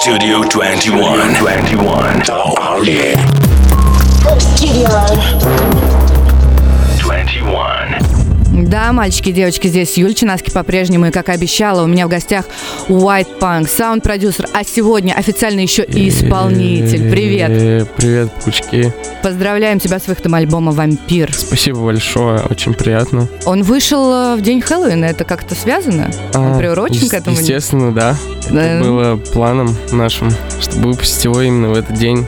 Studio 21. Oh yeah. Studio 21. Да, мальчики и девочки, здесь Юль Чинаски по-прежнему. И, как и обещала, у меня в гостях White Punk, саунд-продюсер, а сегодня официально еще и исполнитель. Привет. Привет, пучки. Поздравляем тебя с выходом альбома «Вампир». Спасибо большое, очень приятно. Он вышел в день Хэллоуина, это как-то связано? Он приурочен к этому? Естественно, да. Это было планом нашим, чтобы выпустить его именно в этот день.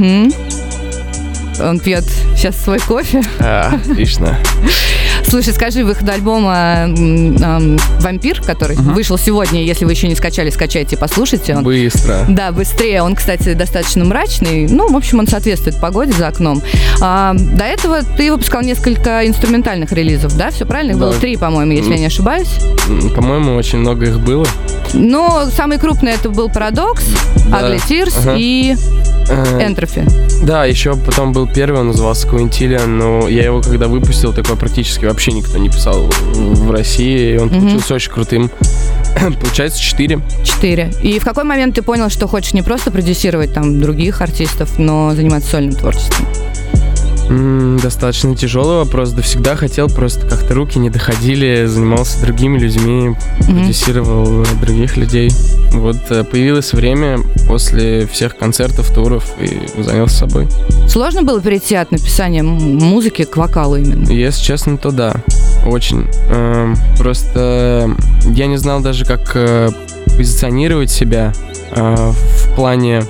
Он пьет сейчас свой кофе. Отлично. Слушай, скажи, выход альбома «Вампир», который вышел сегодня, если вы еще не скачали, скачайте, послушайте. Он, быстро. Да, быстрее. Он, кстати, достаточно мрачный. Ну, в общем, он соответствует погоде за окном. До этого ты выпускал несколько инструментальных релизов, да? Все правильно? Их было 3, по-моему, если я не ошибаюсь. По-моему, очень много их было. Но самый крупный это был «Парадокс», «Ugly Tears» и «Entropy». Да, еще потом был первый, он назывался «Quintillion», но я его когда выпустил, такой практически вообще никто не писал в России, и он получился очень крутым. Получается 4. 4. И в какой момент ты понял, что хочешь не просто продюсировать там других артистов, но заниматься сольным творчеством? Достаточно тяжелый вопрос. Да всегда хотел, просто как-то руки не доходили, занимался другими людьми, продюсировал других людей. Вот появилось время после всех концертов, туров и занялся собой. Сложно было перейти от написания музыки к вокалу именно? Если честно, то да, очень. Просто я не знал даже, как позиционировать себя в плане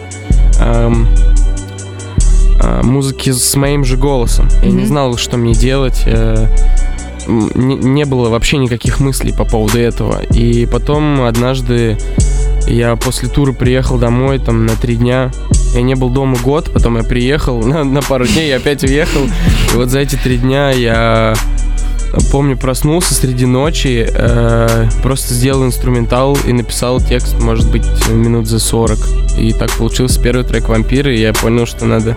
музыки с моим же голосом. Я не знал, что мне делать. Не было вообще никаких мыслей по поводу этого. И потом однажды я после тура приехал домой там на 3 дня. Я не был дома год, потом я приехал на пару дней, я опять уехал. И вот за эти 3 дня я, помню, проснулся среди ночи, просто сделал инструментал и написал текст, может быть, минут за 40. И так получился первый трек «Вампир», и я понял, что надо...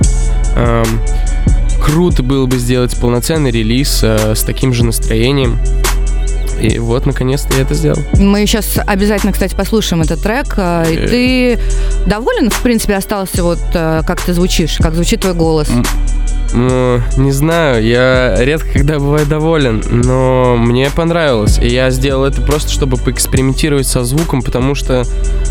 Круто было бы сделать полноценный релиз с таким же настроением. И вот, наконец-то, я это сделал. Мы сейчас обязательно, кстати, послушаем этот трек. И ты доволен, в принципе, остался вот как ты звучишь, как звучит твой голос? Не знаю, я редко когда бываю доволен, но мне понравилось. И я сделал это просто, чтобы поэкспериментировать со звуком, потому что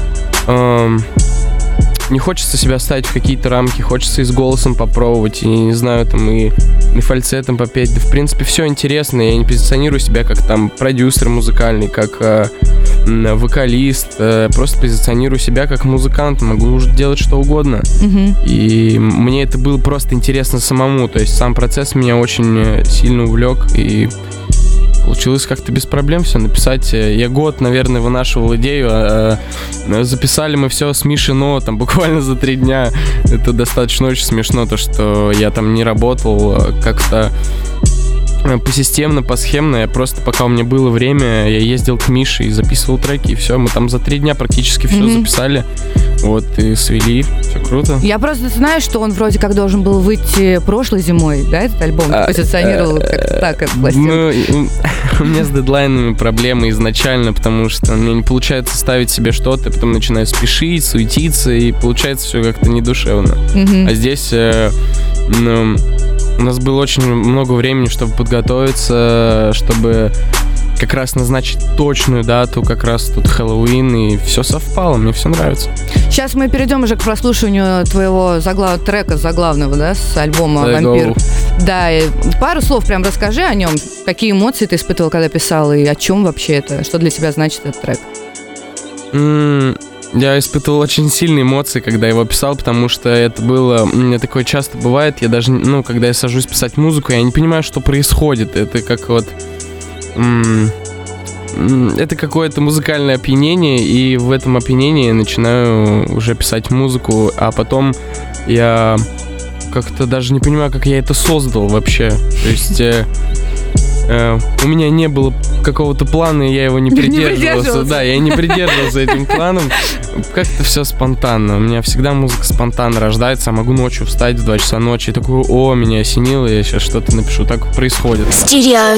не хочется себя ставить в какие-то рамки, хочется и с голосом попробовать, и, не знаю, там, и фальцетом попеть. Да, в принципе, все интересно. Я не позиционирую себя как там продюсер музыкальный, как вокалист. Просто позиционирую себя как музыкант. Могу уже делать что угодно. И мне это было просто интересно самому. То есть сам процесс меня очень сильно увлек, и получилось как-то без проблем все написать. Я год, наверное, вынашивал идею. Записали мы все с Мишей Но, там буквально за 3 дня. Это достаточно очень смешно, то, что я там не работал как-то посистемно, посхемно. Я просто, пока у меня было время, я ездил к Мише и записывал треки, и все. Мы там за 3 дня практически все записали. Вот, и свели. Все круто. Я просто знаю, что он вроде как должен был выйти прошлой зимой, да, этот альбом? Позиционировал как-то так, эту пластинку. У меня с дедлайнами проблемы изначально, потому что мне не получается ставить себе что-то, потом начинаю спешить, суетиться, и получается все как-то недушевно. А здесь у нас было очень много времени, чтобы подготовиться, чтобы как раз назначить точную дату, как раз тут Хэллоуин, и все совпало, мне все нравится. Сейчас мы перейдем уже к прослушиванию твоего трека заглавного, да, с альбома «Вампир». Да, и пару слов прям расскажи о нем, какие эмоции ты испытывал, когда писал, и о чем вообще это, что для тебя значит этот трек? Я испытывал очень сильные эмоции, когда его писал, потому что это было... У меня такое часто бывает, я даже, когда я сажусь писать музыку, я не понимаю, что происходит. Это как вот... Это какое-то музыкальное опьянение, и в этом опьянении я начинаю уже писать музыку, а потом я как-то даже не понимаю, как я это создал вообще. То есть у меня не было какого-то плана, и я его не придерживался. Да, я не придерживался этим планом. Как-то все спонтанно. У меня всегда музыка спонтанно рождается. Я могу ночью встать в 2 часа ночи и такой: о, меня осенило, я сейчас что-то напишу. Так происходит. Studio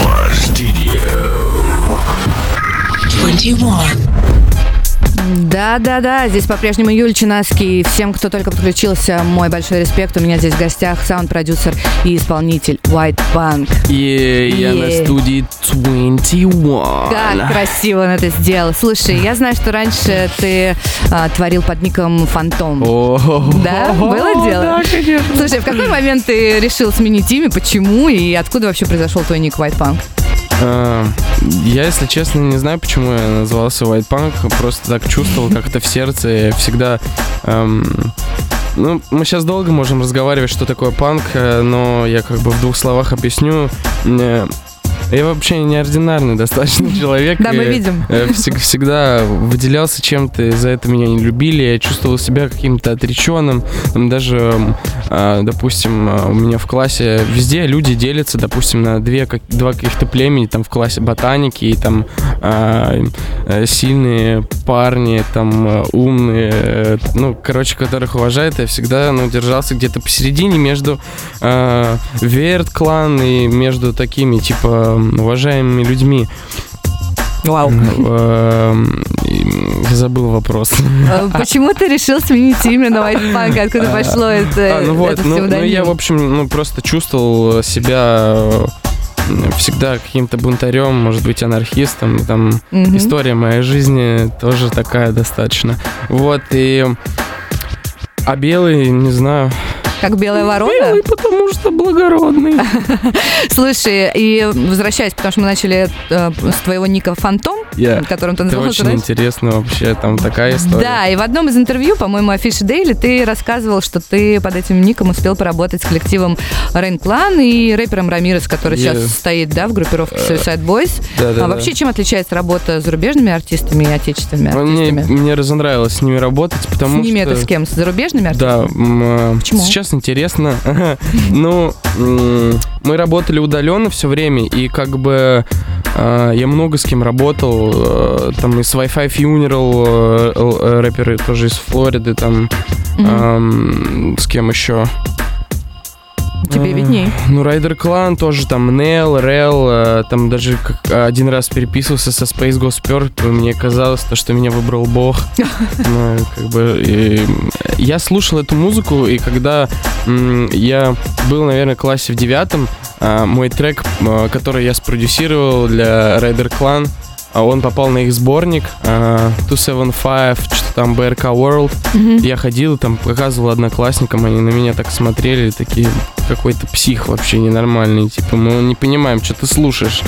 21. Да, Да, здесь по-прежнему Юль Чинаский. Всем, кто только подключился, мой большой респект. У меня здесь в гостях саунд-продюсер и исполнитель White Punk. Я на студии 21. Как красиво он это сделал. Слушай, я знаю, что раньше ты творил под ником Фантом. Да? Было дело? Да, конечно. Слушай, в какой момент ты решил сменить имя, почему и откуда вообще произошел твой ник White Punk? Я, если честно, не знаю, почему я назывался White Punk. Просто так чувствовал, как это в сердце. Я всегда... мы сейчас долго можем разговаривать, что такое панк, но я как бы в двух словах объясню. Я вообще неординарный достаточно человек. Да, мы видим. Всегда выделялся чем-то, за это меня не любили. Я чувствовал себя каким-то отреченным. Там даже, допустим, у меня в классе везде люди делятся, допустим, на два каких-то племени. Там в классе ботаники, и там сильные парни, там умные, которых уважают. Я всегда, держался где-то посередине между Верт-клан и между такими, типа, уважаемыми людьми. Вау. Я забыл вопрос. Почему ты решил сменить имя на White Punk? Откуда пошло это псевдоним? Я, в общем, просто чувствовал себя всегда каким-то бунтарем, может быть, анархистом. Там история моей жизни тоже такая достаточно. А белый, не знаю... Как белая ворона? Белый, потому что благородный. Слушай, и возвращаясь, потому что мы начали с твоего ника Фантом, которым ты назывался. Это очень интересно вообще, там такая история. Да, и в одном из интервью, по-моему, Афиши Дейли, ты рассказывал, что ты под этим ником успел поработать с коллективом Rain Clan и рэпером Рамирес, который сейчас стоит, в группировке Suicide Boys. Да. Вообще, чем отличается работа с зарубежными артистами и отечественными артистами? Мне разонравилось с ними работать, потому что... С ними это с кем? С зарубежными артистами? Да. Почему? Сейчас интересно. Мы работали удаленно все время, и как бы я много с кем работал. Там и с Wi-Fi Funeral, рэперы тоже из Флориды, там с кем еще? Тебе видней. Райдер Клан тоже, там Нел, Рел, там даже один раз переписывался со Space Ghost Purple, мне казалось, что меня выбрал Бог. Я слушал эту музыку, и когда я был, наверное, в классе в 9, мой трек, который я спродюсировал для Райдер Клан, он попал на их сборник 275, что там BRK World. Я ходил, там показывал одноклассникам, они на меня так смотрели, такие, какой-то псих вообще ненормальный, типа, мы не понимаем, что ты слушаешь.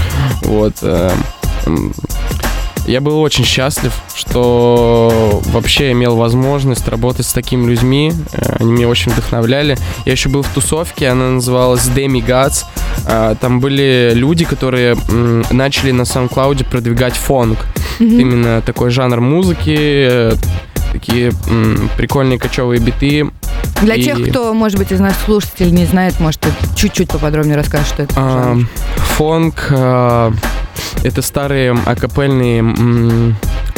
Я был очень счастлив, что вообще имел возможность работать с такими людьми. Они меня очень вдохновляли. Я еще был в тусовке, она называлась Demigods. Там были люди, которые начали на SoundCloud продвигать фонк. Именно такой жанр музыки, такие прикольные кочевые биты. Для тех, кто, может быть, из нас слушателей не знает, может, ты чуть-чуть поподробнее расскажешь, что это жанр? Фонк... Это старые акапельные,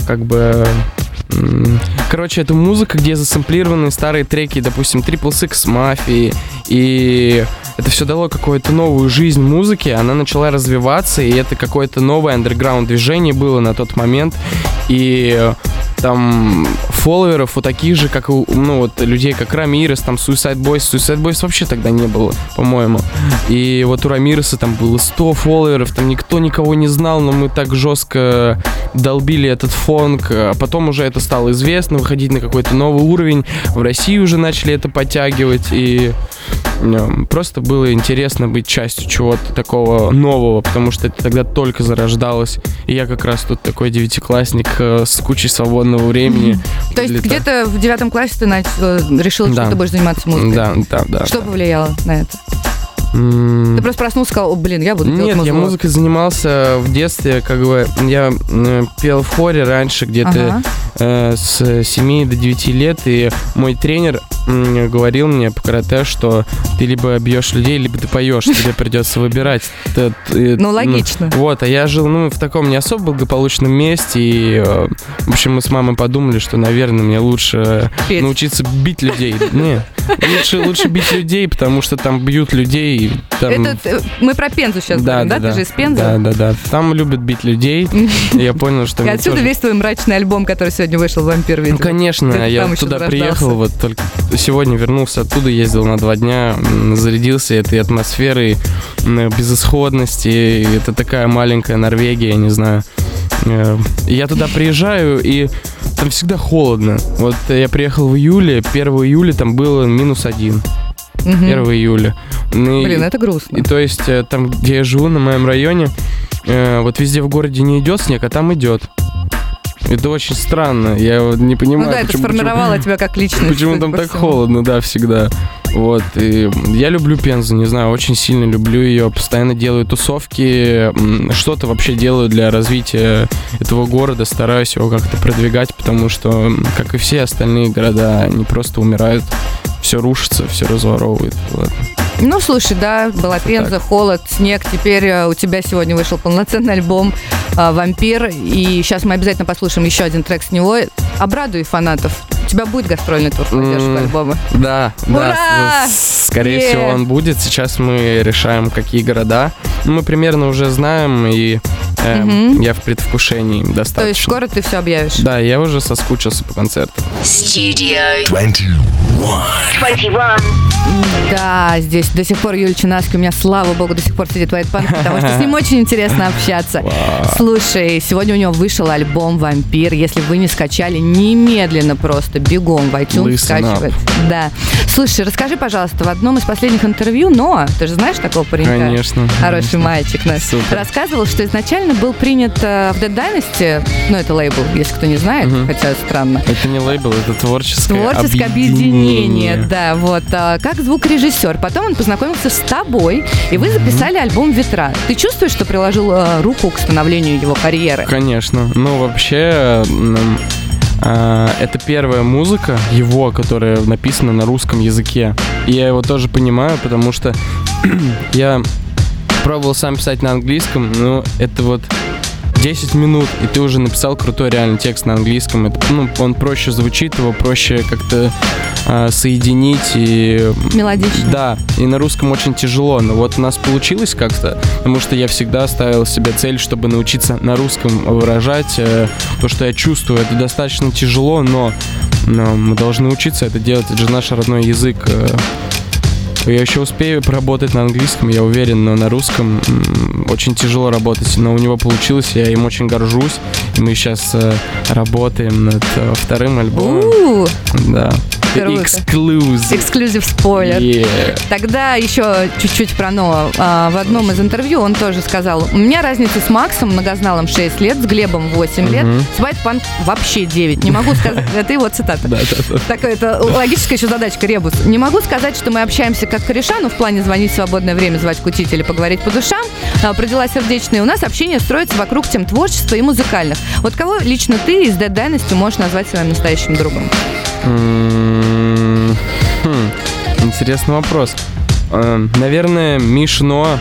короче, это музыка, где засэмплированы старые треки, допустим, Triple Six, Мафии, и это все дало какую-то новую жизнь музыке, она начала развиваться, и это какое-то новое андерграунд-движение было на тот момент, и там фолловеров у таких же, как людей, как Рамирес, там Suicide Boys вообще тогда не было, по-моему. И у Рамиреса там было 100 фолловеров, там никто никого не знал, но мы так жестко долбили этот фонк, а потом уже это стало известно, выходить на какой-то новый уровень, в России уже начали это подтягивать, и просто было интересно быть частью чего-то такого нового, потому что это тогда только зарождалось, и я как раз тут такой девятиклассник с кучей свободного времени. То есть где-то в 9 классе ты решил, что ты будешь заниматься музыкой? Да. Что повлияло на это? Ты просто проснулся и сказал, я буду делать музыку. Нет, я музыкой занимался в детстве, я пел в хоре раньше, где-то с 7 до 9 лет, и мой тренер говорил мне по карате, что ты либо бьешь людей, либо ты поешь, тебе придется выбирать. Ну, логично. Вот, а я жил, в таком не особо благополучном месте, и, в общем, мы с мамой подумали, что, наверное, мне лучше научиться бить людей. Не, лучше бить людей, потому что там бьют людей. Мы про Пензу сейчас говорим, да? Ты же из Пензы? Да. Там любят бить людей. Я понял, что... И отсюда весь твой мрачный альбом, который сегодня вышел, «Вампир», видимо. Ну, конечно, я туда приехал, вот только сегодня вернулся оттуда, ездил на 2 дня, зарядился этой атмосферой безысходности. Это такая маленькая Норвегия, я не знаю. Я туда приезжаю, и там всегда холодно. Вот я приехал в июле, 1 июля там было -1. 1 июля. Блин, это грустно. И то есть там, где я живу, на моем районе, вот везде в городе не идет снег, а там идет. Это очень странно, я не понимаю. Ну да, это сформировало тебя как личность. Почему там так холодно, да, всегда. Вот, и я люблю Пензу, не знаю, очень сильно люблю ее, постоянно делаю тусовки, что-то вообще делаю для развития этого города, стараюсь его как-то продвигать, потому что, как и все остальные города, они просто умирают, все рушится, все разворовывает, вот. Ну, слушай, да, была Пенза, холод, снег. Теперь у тебя сегодня вышел полноценный альбом «Вампир». И сейчас мы обязательно послушаем еще один трек с него. Обрадуй фанатов. У тебя будет гастрольный тур поддержку альбома? Да, ура! Да. Скорее всего, он будет. Сейчас мы решаем, какие города. Мы примерно уже знаем, и я в предвкушении достаточно. То есть скоро ты все объявишь? Да, я уже соскучился по концерту. Studio 21. Да, здесь до сих пор Юлия Чинаски у меня, слава богу, до сих пор сидит White Punk, потому что с ним очень интересно общаться. Слушай, сегодня у него вышел альбом «Вампир». Если вы не скачали, немедленно просто бегом в iTunes скачивать. Да. Слушай, расскажи, пожалуйста, в одном из последних интервью Ноа, ты же знаешь такого паренька? Конечно. Хороший мальчик наш. Супер. Рассказывал, что изначально был принят в Dead Dynasty, ну, это лейбл, если кто не знает, хотя странно. Это не лейбл, это творческое объединение. Да, вот. Как звукорежиссер. Потом он познакомился с тобой, и вы записали альбом «Ветра». Ты чувствуешь, что приложил руку к становлению его карьеры? Конечно. Ну, вообще, это первая музыка его, которая написана на русском языке. И я его тоже понимаю, потому что я пробовал сам писать на английском, но это вот 10 минут, и ты уже написал крутой реально текст на английском. Это, он проще звучит, его проще как-то соединить. И, мелодично. Да, и на русском очень тяжело, но вот у нас получилось как-то, потому что я всегда ставил себе цель, чтобы научиться на русском выражать то, что я чувствую. Это достаточно тяжело, но мы должны учиться это делать, это же наш родной язык. Я еще успею поработать на английском, я уверен, но на русском очень тяжело работать. Но у него получилось, я им очень горжусь. И мы сейчас работаем над вторым альбомом. Да. Эксклюзив спойлер. Yeah. Тогда еще чуть-чуть про Ноа. В одном из интервью он тоже сказал: у меня разница с Максом Многозналом 6 лет, с Глебом 8 лет, с White Punk вообще 9. Не могу сказать, это его цитата. Такая это логическая еще задачка, ребус. Не могу сказать, что мы общаемся как кореша, но в плане звонить в свободное время, звать кутить или поговорить по душам, про дела сердечные. У нас общение строится вокруг тем творчества и музыкальных. Вот кого лично ты из Dead Dynasty можешь назвать своим настоящим другом? Интересный вопрос. Наверное, Миша Ноа,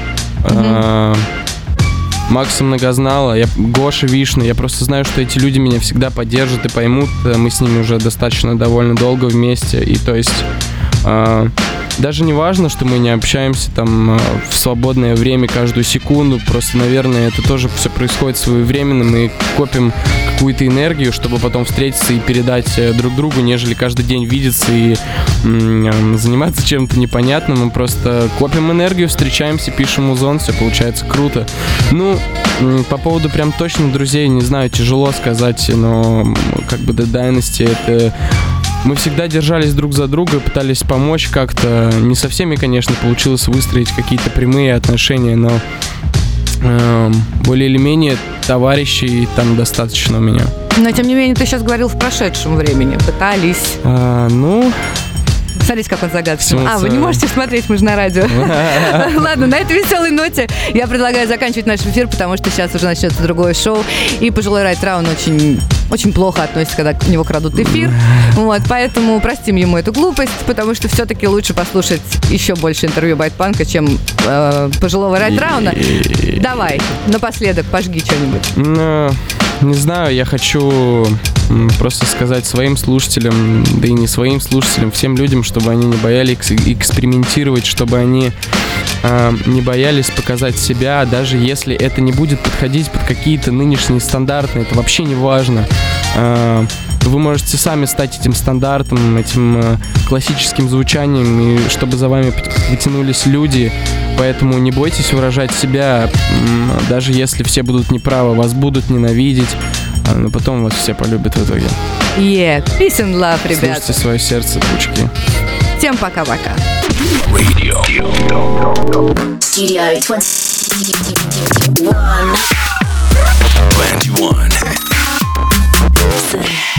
Макса Многознала, Гоша Вишна. Я просто знаю, что эти люди меня всегда поддержат и поймут. Мы с ними уже достаточно довольно долго вместе. И то есть даже не важно, что мы не общаемся там в свободное время каждую секунду. Просто, наверное, это тоже все происходит своевременно. Мы копим какую-то энергию, чтобы потом встретиться и передать друг другу, нежели каждый день видеться и заниматься чем-то непонятным. Мы просто копим энергию, встречаемся, пишем музон, все получается круто. Ну, по поводу прям точно друзей, не знаю, тяжело сказать, но как бы Dead Dynasty это... Мы всегда держались друг за друга, пытались помочь как-то. Не со всеми, конечно, получилось выстроить какие-то прямые отношения, но более или менее товарищей там достаточно у меня. Но, тем не менее, ты сейчас говорил в прошедшем времени. Пытались. Смотрите, как он загадочный. Вы не можете смотреть, мы же на радио. Ладно, на этой веселой ноте я предлагаю заканчивать наш эфир, потому что сейчас уже начнется другое шоу. И пожилой Райт Раун очень очень плохо относится, когда у него крадут эфир. Вот, поэтому простим ему эту глупость, потому что все-таки лучше послушать еще больше интервью Байтпанка, чем пожилого Райтрауна. Давай, напоследок пожги что-нибудь. Не знаю, я хочу просто сказать своим слушателям, да и не своим слушателям, всем людям, чтобы они не боялись экспериментировать, чтобы они не боялись показать себя, даже если это не будет подходить под какие-то нынешние стандарты, это вообще не важно. Вы можете сами стать этим стандартом, этим классическим звучанием, и чтобы за вами потянулись люди. Поэтому не бойтесь выражать себя, даже если все будут неправы, вас будут ненавидеть, но потом вас все полюбят в итоге. Peace and love, ребят. Слушайте свое сердце, пучки. Всем пока-пока. Studio 21.